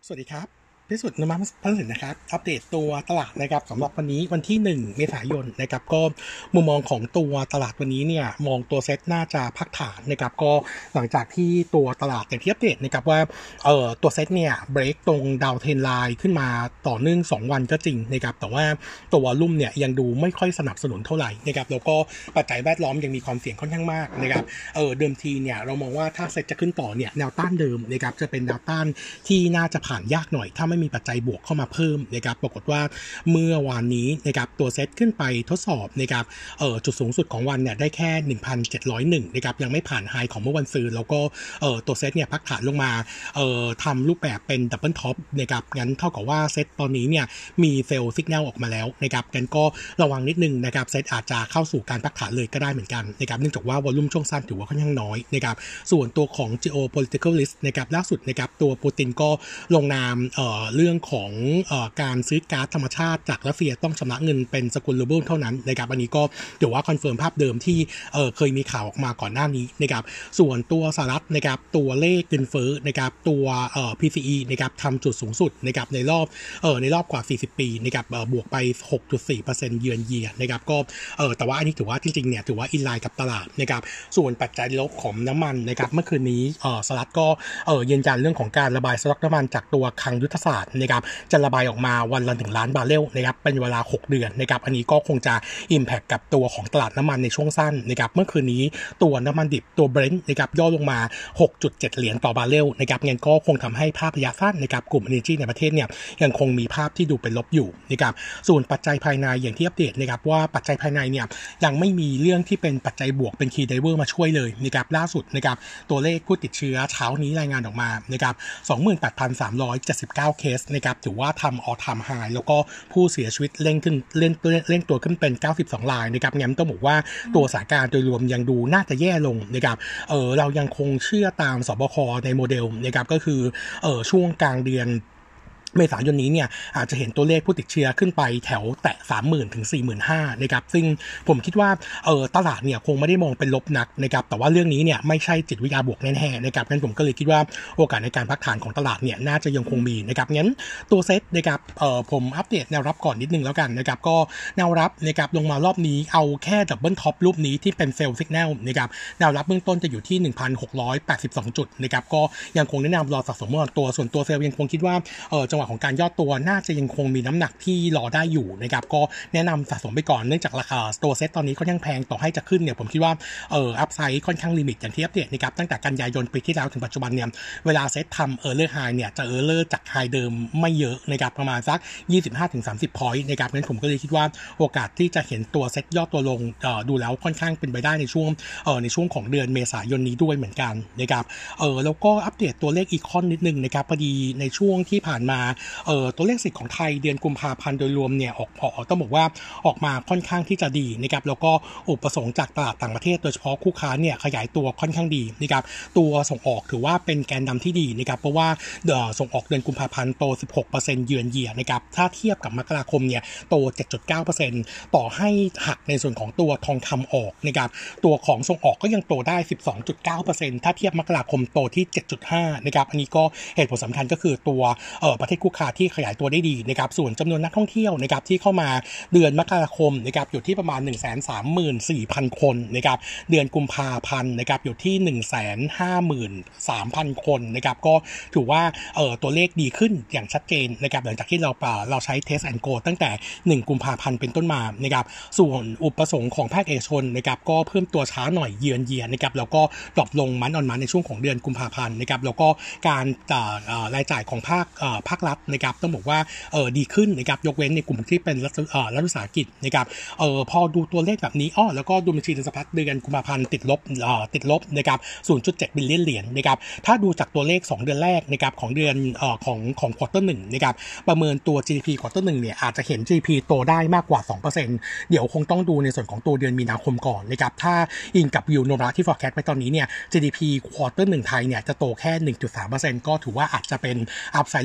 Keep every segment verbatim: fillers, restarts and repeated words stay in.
สวัสดีครับพิสุทธิ์นมัสพันธ์นะครับอัปเดตตัวตลาดนะครับสำหรับวันนี้วันที่หนึ่งเมษายนนะครับก็มุมมองของตัวตลาดวันนี้เนี่ยมองตัวเซ็ตน่าจะพักฐานนะครับก็หลังจากที่ตัวตลาดอย่างที่อัปเดตนะครับว่าเอ่อตัวเซ็ตเนี่ยเบรกตรงดาวเทรนไลน์ขึ้นมาต่อเนื่องสองวันก็จริงนะครับแต่ว่าตัววอลลุ่มเนี่ยยังดูไม่ค่อยสนับสนุนเท่าไหร่นะครับแล้วก็ปัจจัยแวดล้อมยังมีความเสี่ยงค่อนข้างมากนะครับเออเดิมทีเนี่ยเรามองว่าถ้าเซ็ตจะขึ้นต่อเนี่ยแนวต้านเดิมนะครับจะเป็นแนวต้านที่น่าจะผ่านยากหน่อยถ้าไม่มีปัจจัยบวกเข้ามาเพิ่มนะครับปรากฏว่าเมื่อวานนี้นะครับตัวเซ็ตขึ้นไปทดสอบนะครับเอ่อจุดสูงสุดของวันเนี่ยได้แค่ หนึ่งพันเจ็ดร้อยเอ็ด นะครับยังไม่ผ่านไฮของเมื่อวันซื้อแล้วก็เอ่อตัวเซ็ตเนี่ยพักฐานลงมาเอ่อทำรูปแบบเป็นดับเบิลท็อปนะครับงั้นเท่ากับว่าเซ็ตตอนนี้เนี่ยมีเซลล์สัญญาณออกมาแล้วนะครับงั้นก็ระวังนิดนึงนะครับเซ็ตอาจจะเข้าสู่การพักฐานเลยก็ได้เหมือนกันนะครับเนื่องจากว่าวอลลุ่มช่วงสั้นถือว่าค่อนข้างน้อยนะครับส่วนตัวของ geopolitical risk นะครับล่าสุดนะครับตัวปูตินก็ลงนามเอ่อเรื่องของเอ่อการซื้อก๊าซธรรมชาติจากรัสเซียต้องชำระเงินเป็นสกุลรูเบิลเท่านั้นนะครับอันนี้ก็ถือว่าคอนเฟิร์มภาพเดิมที่เอ่อเคยมีข่าวออกมาก่อนหน้านี้นะครับส่วนตัวสหรัฐนะครับตัวเลขเงินเฟ้อนะครับตัวเอ่อ พี ซี อี นะครับทำจุดสูงสุดนะครับในรอบเอ่อในรอบกว่าสี่สิบปีนะครับเอ่อบวกไป หกจุดสี่เปอร์เซ็นต์ เยือนเยียนะครับก็เอ่อแต่ว่าอันนี้ถือว่าจริงๆเนี่ยถือว่าอินไลน์กับตลาดนะครับส่วนปัจจัยลบของน้ำมันนะครับเมื่อคืนนี้เอ่อสหรัฐก็เอ่อยืนยันเรื่องของการระบายสต็อกน้ำมันจากตัวคลังยุทธศาสตร์นะครับจะระบายออกมาวันละหนึ่งล้านบาร์เรลนะครับเป็นเวลาหกเดือนนะครับอันนี้ก็คงจะ impact กับตัวของตลาดน้ำมันในช่วงสั้นนะครับเมื่อคืนนี้ตัวน้ำมันดิบตัว Brent นะครับย่อลงมา หกจุดเจ็ด เหรียญต่อบาร์เรลนะครับงั้นก็คงทำให้ภาพระยะสั้นนะครับกลุ่ม Energy ในประเทศเนี่ยยังคงมีภาพที่ดูเป็นลบอยู่นะครับส่วนปัจจัยภายในอย่างที่อัปเดตนะครับว่าปัจจัยภายในเนี่ยยังไม่มีเรื่องที่เป็นปัจจัยบวกเป็น Key Driver มาช่วยเลยนะครับล่าสุดนะครับตัวเลขผู้ติดเชื้อเช้านี้รายงานออกมานะครับ สองหมื่นแปดพันสามร้อยเจ็ดสิบเก้า เคสนะครับถือว่าทำ all time high แล้วก็ผู้เสียชีวิตเร่งขึ้นเร่งเร่งตัวขึ้นเป็นเก้าสิบสองรายนะครับงั้นต้องบอกว่าตัวสถานการณ์โดยรวมยังดูน่าจะแย่ลงนะครับเออเรายังคงเชื่อตามสบคในโมเดลนะครับก็คือเออช่วงกลางเดือนเมษายนนี้เนี่ยอาจจะเห็นตัวเลขผู้ติดเชื้อขึ้นไปแถวแตะ สามหมื่น ถึง สี่หมื่นห้าพัน นะครับซึ่งผมคิดว่าเออตลาดเนี่ยคงไม่ได้มองเป็นลบนักนะครับแต่ว่าเรื่องนี้เนี่ยไม่ใช่จิตวิทยาบวกแน่ๆนะครับงั้นผมก็เลยคิดว่าโอกาสในการพักฐานของตลาดเนี่ยน่าจะยังคงมีนะครับงั้นตัวเซ็ตนะครับเออผมอัปเดตแนวรับก่อนนิดนึงแล้วกันนะครับก็แนวรับนะครับลงมารอบนี้เอาแค่ดับเบิลท็อปรูปนี้ที่เป็นเซลล์สัญญาณนะครับแนวรับเบื้องต้นจะอยู่ที่ หนึ่งพันหกร้อยแปดสิบสอง จุดนะครับก็ยังคงแนะนำรอสะสมบางตัวส่วนตัวเซลล์ยังคงคิดว่าเออจังหวะของการย่อตัวน่าจะยังคงมีน้ำหนักที่รอได้อยู่นะครับก็แนะนำสะสมไปก่อนเนื่องจากราคาตัวเซ็ตตอนนี้ค่อนข้างแพงต่อให้จะขึ้นเนี่ยผมคิดว่าเอออัพไซด์ค่อนข้างลิมิตอย่างที่อัปเดตนะครับตั้งแต่กันยายนปีที่แล้วถึงปัจจุบันเนี่ยเวลาเซ็ตทำเออร์เลอร์ไฮเนี่ยจะเออร์เลอร์จากไฮเดิมไม่เยอะนะครับประมาณสัก ยี่สิบห้าถึงสามสิบ พอยต์นะครับงั้นผมก็เลยคิดว่าโอกาสที่จะเห็นตัวเซ็ตย่อตัวลงเอ่อดูแล้วค่อนข้างเป็นไปได้ในช่วงเออในช่วงของเดือนเมษายนนี้ด้วยเหมือนกันนะครับเออแล้วก็อัปเดตตัวเลขอีคอนนิดนึงนะครับพอดีในช่วงที่ผ่านมาเออตัวเลขสิทธิ์ของไทยเดือนกุมภาพันธ์โดยรวมเนี่ยออกออกต้องบอกว่าออกมาค่อนข้างที่จะดีนะครับแล้วก็อุปสงค์จากตลาดต่างประเทศโดยเฉพาะคู่ค้าเนี่ยขยายตัวค่อนข้างดีนะครับตัวส่งออกถือว่าเป็นแกนนำที่ดีนะครับเพราะว่าส่งออกเดือนกุมภาพันธ์โต สิบหกเปอร์เซ็นต์ เยือนเยียนะครับถ้าเทียบกับมกราคมเนี่ยโต เจ็ดจุดเก้าเปอร์เซ็นต์ ต่อให้หักในส่วนของตัวทองคำออกนะครับตัวของส่งออกก็ยังโตได้ สิบสองจุดเก้าเปอร์เซ็นต์ ถ้าเทียบมกราคมโตที่ เจ็ดจุดห้า นะครับอันนี้ก็เหตุผลสำคัญก็คือตัวเอ่อประเทศคู่ค้าที่ขยายตัวได้ดีนะครับส่วนจำนวนนักท่องเที่ยวนะครับที่เข้ามาเดือนมกราคมนะครับอยู่ที่ประมาณ หนึ่งแสนสามหมื่นสี่พัน คนนะครับเดือนกุมภาพันธ์นะครับอยู่ที่ หนึ่งแสนห้าหมื่นสามพัน คนนะครับก็ถือว่าเอ่อตัวเลขดีขึ้นอย่างชัดเจนนะครับหลังจากที่เราเราใช้ Test and Go ตั้งแต่หนึ่งกุมภาพันธ์เป็นต้นมานะครับส่วนอุปสงค์ของภาคเอกชนนะครับก็เพิ่มตัวช้าหน่อยเยือนเยียนะครับแล้วก็ดรอปลงมันออนมันในช่วงของเดือนกุมภาพันธ์นะครับแล้วก็การรายจ่ายของภาคภาครัฐนะครับต้องบอกว่าเออดีขึ้นนะครับยกเว้นในกลุ่มที่เป็นรัฐรัฐวิสาหกิจนะครับเออพอดูตัวเลขแบบนี้อ้อแล้วก็ดูบัญชีเงินสะพัดเดือนกุมภาพันธ์ติดลบเอ่อติดลบนะครับ ศูนย์จุดเจ็ด บิลเลียนเหรียญนะครับถ้าดูจากตัวเลขสองเดือนแรกนะครับของเดือนเอ่อของของควอเตอร์หนึ่งนะครับประเมินตัว จี ดี พี ควอเตอร์หนึ่งเนี่ยอาจจะเห็น จี ดี พี โตได้มากกว่า สองเปอร์เซ็นต์ เดี๋ยวคงต้องดูในส่วนของตัวเดือนมีนาคมก่อนนะครับถ้าอิงกับวิวโนราที่ forecast ไว้ตอนนี้เนี่ย จี ดี พี ควอเตอร์หนึ่งไทยเนี่ยจะโตแค่ หนึ่งจุดสามเปอร์เซ็นต์ ก็ถือว่าอาจจะเป็น upside risk ที่จะเกิด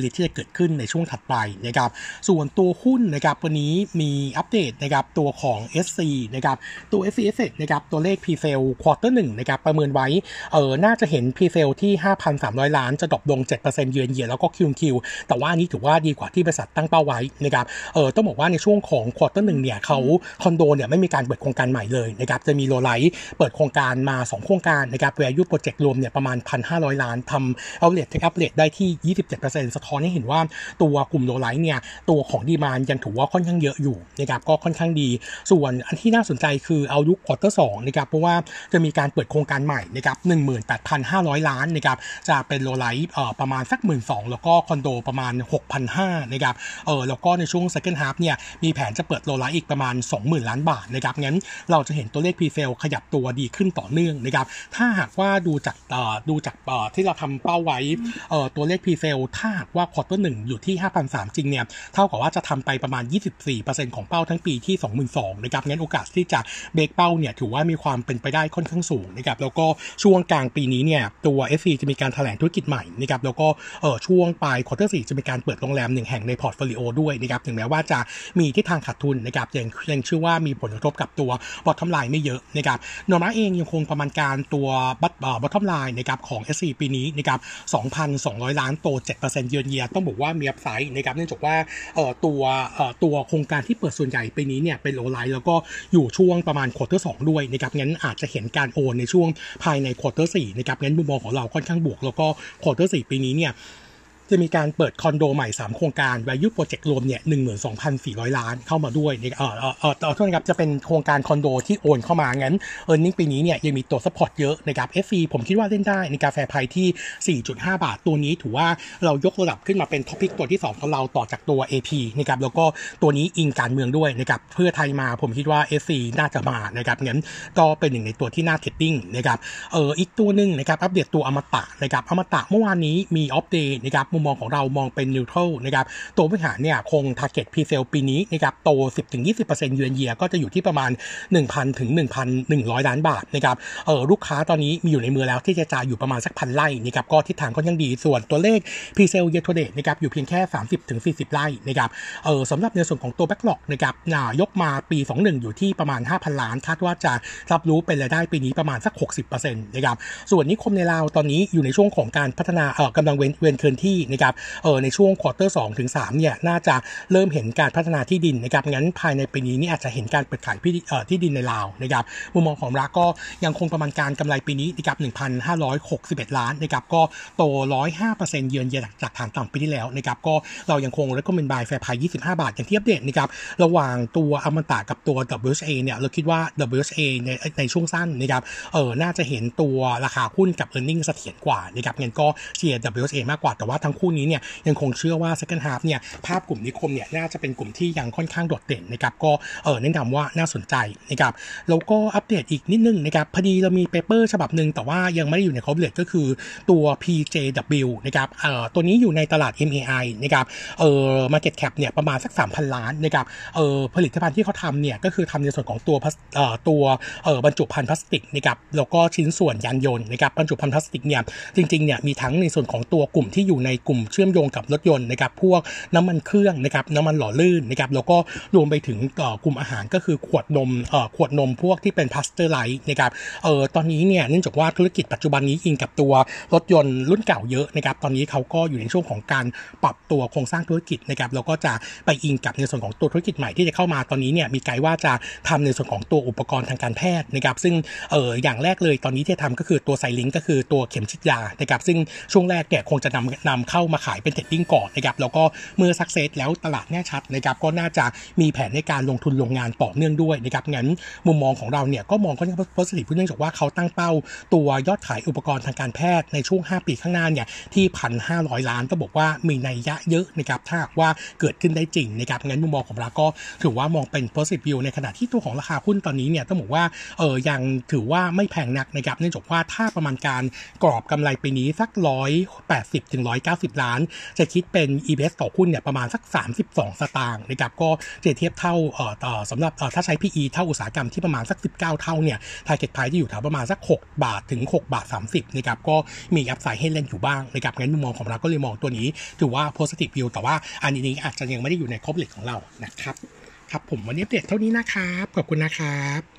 ขึ้นในช่วงถัดไปนะครับส่วนตัวหุ้นนะครับวันนี้มีอัปเดตนะครับตัวของ เอส ซี นะครับตัว เอส ซี Asset นะครับตัวเลข Pre-sale Quarter หนึ่งนะครับประเมินไว้เอ่อน่าจะเห็น Pre-sale ที่ ห้าพันสามร้อย ล้านจะดรอปลง เจ็ดเปอร์เซ็นต์ เยือนเยียแล้วก็ คิว คิว แต่ว่าอันนี้ถือว่าดีกว่าที่บริษัทตั้งเป้าไว้นะครับเอ่อต้องบอกว่าในช่วงของ Quarter หนึ่งเนี่ยเขาคอนโดเนี่ยไม่มีการเปิดโครงการใหม่เลยนะครับจะมีโลไลท์เปิดโครงการมาสองโครงการนะครับ Value Project รวมเนี่ยประมาณ หนึ่งพันห้าร้อย ล้านทำ Outlet Take Up Rate ได้ที่ ยี่สิบเจ็ดเปอร์เซ็นต์ สะท้อนให้เห็นว่าตัวกลุ่มโลไลท์เนี่ยตัวของดีมานด์ยังถือว่าค่อนข้างเยอะอยู่นะครับก็ค่อนข้างดีส่วนอันที่น่าสนใจคือเอายุค Quarter สองนะครับเพราะว่าจะมีการเปิดโครงการใหม่นะครับ หนึ่งหมื่นแปดพันห้าร้อย ล้านนะครับจะเป็นโลไลท์เอ่อประมาณสัก หนึ่งหมื่นสองพัน แล้วก็คอนโดประมาณ หกพันห้าร้อย นะครับเออแล้วก็ในช่วง Second Half เนี่ยมีแผนจะเปิดโลไลท์อีกประมาณ สองหมื่น ล้านบาทนะครับงั้นเราจะเห็นตัวเลข Pre-sale ขยับตัวดีขึ้นต่อเนื่องนะครับถ้าหากว่าดูจากเอ่อดูจากเอ่อที่เราทำเป้าไว้เอ่อตัวเลข Pre-sale ถ้าหากว่า Quarter หนึ่งอยู่ที่ ห้าพันสามร้อย จริงเนี่ยเท่ากับว่าจะทำไปประมาณ ยี่สิบสี่เปอร์เซ็นต์ ของเป้าทั้งปีที่ สองหมื่นสองพัน นะครับงั้นโอกาสที่จะเบรกเป้าเนี่ยถือว่ามีความเป็นไปได้ค่อนข้างสูงนะครับแล้วก็ช่วงกลางปีนี้เนี่ยตัว เอส ซี จะมีการแถลงธุรกิจใหม่นะครับแล้วก็เอ่อช่วงปลาย Quarter สี่จะมีการเปิดโรงแรมหนึ่งแห่งในพอร์ตโฟลิโอด้วยนะครับถึงแม้ว่าจะมีทิศทางขาดทุนนะครับยังยังเชื่อว่ามีผลกระทบกับตัว bottom line ไม่เยอะนะครับโนมาเองยังคงประมาณการตัว bottom line นะครับของ เอส ซี ปีนี้นะครับ สองพันสองร้อย ล้านโต เจ็ดเปอร์เซ็นต์ เยือนเยียต้องบอกว่ามีอัพไซด์นะครับเนื่องจากว่าเอ่อตัวเอ่อตัวโครงการที่เปิดส่วนใหญ่ปีนี้เนี่ยเป็นโลไลท์แล้วก็อยู่ช่วงประมาณ Quarter สองด้วยนะครับงั้นอาจจะเห็นการโอนในช่วงภายใน Quarter สี่นะครับงั้นมุมมองของเราค่อนข้างบวกแล้วก็ Quarter สี่ปีนี้เนี่ยจะมีการเปิดคอนโดใหม่สามโครงการ Value Project รวมเนี่ย หนึ่งหมื่นสองพันสี่ร้อย ล้านเข้ามาด้วยเอ่อเอ่อเอ่อโทษนะครับจะเป็นโครงการคอนโดที่โอนเข้ามางั้น Earning ปีนี้เนี่ยยังมีตัวซัพพอร์ตเยอะนะครับ เอฟ ซี ผมคิดว่าเล่นได้ในกาแฟไพที่ สี่จุดห้า บาทตัวนี้ถือว่าเรายกระดับขึ้นมาเป็นท็อปิกตัวที่สองของเราต่อจากตัว เอ พี นะครับแล้วก็ตัวนี้อิงการเมืองด้วยนะครับเพื่อไทยมาผมคิดว่า เอฟ ซี น่าจะมานะครับงั้นก็เป็นหนึ่งในตัวที่น่าเทรดดิ้งนะครับเอ่ออีกตัวนึงนะครับอัปเดตตัวอมตะนะครับอมตะเมื่อวานนี้มีอัปเดตนะครับมุมมองของเรามองเป็น neutral นะครับตัวบริหารเนี่ยคง target pre-sale ปีนี้นะครับโต สิบถึงยี่สิบเปอร์เซ็นต์ เยือนเยียก็จะอยู่ที่ประมาณ หนึ่งพัน ถึง หนึ่งพันหนึ่งร้อย ล้านบาทนะครับเออลูกค้าตอนนี้มีอยู่ในมือแล้วที่จะจ่ายอยู่ประมาณสักพันไร่นะครับก็ทิศทางค่อนข้างดีส่วนตัวเลข pre-sale year to date นะครับอยู่เพียงแค่ สามสิบถึงสี่สิบ ไร่นะครับเออสำหรับในส่วนของตัว backlog นะครับยกมาปีสองสิบเอ็ดอยู่ที่ประมาณ ห้าพัน ล้านคาดว่าจะรับรู้เป็นรายได้ปีนี้ประมาณสัก หกสิบเปอร์เซ็นต์ นะครับส่วนนิคมในลาวตอนนี้อยู่ในช่วงของการพัฒนาเอ่อกำลังเว้นเว้นคืนที่นะครับเออในช่วง quarter สองถึงสามเนี่ยน่าจะเริ่มเห็นการพัฒนาที่ดินนะครับงั้นภายในปีนี้นี่อาจจะเห็นการเปิดขายที่ดินในลาวนะครับมุมมองของรักก็ยังคงประมาณการกำไรปีนี้นะครับ หนึ่งพันห้าร้อยหกสิบเอ็ด ล้านนะครับก็โต หนึ่งร้อยห้าเปอร์เซ็นต์ เยือนเยียจากฐานต่ำปีที่แล้วนะครับก็เรายังคง recommend buy fair price ยี่สิบห้าบาทอย่างที่อัปเดตนะครับระหว่างตัวอมตะกับตัว ดับเบิลยู เอช เอ เนี่ยเราคิดว่า ดับเบิลยู เอช เอ ในในช่วงสั้นนะครับเออน่าจะเห็นตัวราคาหุ้นกับ earning เสถียรกว่านะครับงั้นก็เชียร์ ดับเบิลยู เอช เอ มากกว่าแต่ว่าทั้งคู่นี้เนี่ยยังคงเชื่อว่า second half เนี่ยภาพกลุ่มนิคมเนี่ยน่าจะเป็นกลุ่มที่ยังค่อนข้างโดดเด่นนะครับก็เออแนะนำว่าน่าสนใจนะครับแล้วก็อัปเดตอีกนิดนึงนะครับพอดีเรามีเปเปอร์ฉบับนึงแต่ว่ายังไม่ได้อยู่ใน coverage ก็คือตัว พี เจ ดับเบิลยู นะครับเอ่อตัวนี้อยู่ในตลาด เอ็ม เอ ไอ นะครับเอ่อ market cap เนี่ยประมาณสัก สามพัน ล้านนะครับเอ่อผลิตภัณฑ์ที่เขาทำเนี่ยก็คือทำในส่วนของตัวเอ่อตัวเอ่อบรรจุภัณฑ์พลาสติกนะครับแล้วก็ชิ้นส่วนยานยนต์นะครับบรรจุภัณฑ์พลาสติกเนี่ยจริงๆเนี่ยมีทั้งในส่วนของตัวกลุ่มที่อยู่ในกลุ่มเชื่อมโยงกับรถยนต์นะครับพวกน้ำมันเครื่องนะครับน้ำมันหล่อลื่นนะครับแล้วก็รวมไปถึงกลุ่มอาหารก็คือขวดนมเอ่อขวดนมพวกที่เป็นพาสเจอร์ไลท์นะครับเอ่อตอนนี้เนี่ยเนื่องจากว่าธุรกิจปัจจุบันนี้อิงกับตัวรถยนต์รุ่นเก่าเยอะนะครับตอนนี้เขาก็อยู่ในช่วงของการปรับตัวโครงสร้างธุรกิจนะครับแล้วก็จะไปอิงกับในส่วนของตัวธุรกิจใหม่ที่จะเข้ามาตอนนี้เนี่ยมีไกด์ว่าจะทำในส่วนของตัวอุปกรณ์ทางการแพทย์นะครับซึ่งเอ่ออย่างแรกเลยตอนนี้ที่ทำก็คือตัวไซลิงก์ก็คือตัวเข็มฉีดยานะครับซึ่งช่วงแรกเนี่ยคงจะนำนำเข้ามาขายเป็นเทรดดิ้งก่อนนะครับแล้วก็เมื่อซักเซสแล้วตลาดแน่ชัดนะครับก็น่าจะมีแผนในการลงทุนโรงงานต่อเนื่องด้วยนะครับงั้นมุมมองของเราเนี่ยก็มองค่อนข้างโพสิทีฟเนื่องจากว่าเขาตั้งเป้าตัวยอดขายอุปกรณ์ทางการแพทย์ในช่วงห้าปีข้างหน้าเนี่ยที่ หนึ่งพันห้าร้อย ล้านต้องบอกว่ามีนัยยะเยอะนะครับถ้าว่าเกิดขึ้นได้จริงนะครับงั้นมุมมองของเราก็ถือว่ามองเป็น positive view ในขณะที่ตัวของราคาหุ้นตอนนี้เนี่ยต้องบอกว่าเออยังถือว่าไม่แพงนักนะครับเนื่องจากว่าถ้าประมาณการกรอบกำไรปีนี้สักหนึ่งร้อยแปดสิบถึงหนึ่งร้อยเก้าสิบล้านจะคิดเป็น อี พี เอส ต่อหุ้นเนี่ยประมาณสักสามสิบสองสตางค์นะครับก็จะเทียบเท่าเอ่อต่อสำหรับเอ่อถ้าใช้ พี อี เท่าอุตสาหกรรมที่ประมาณสักสิบเก้าเท่าเนี่ย target price จะอยู่แถวประมาณสักหกบาทถึงหกบาทสามสิบนะครับก็มีอัพไซด์ให้เล่นอยู่บ้างนะครับงั้นมุมมองของเราก็เลยมองตัวนี้ถือว่า positive view แต่ว่าอันนี้อาจจะยังไม่ได้อยู่ใน coverage ของเรานะครับครับผมวันนี้อัปเดตเท่านี้นะครับขอบคุณนะครับ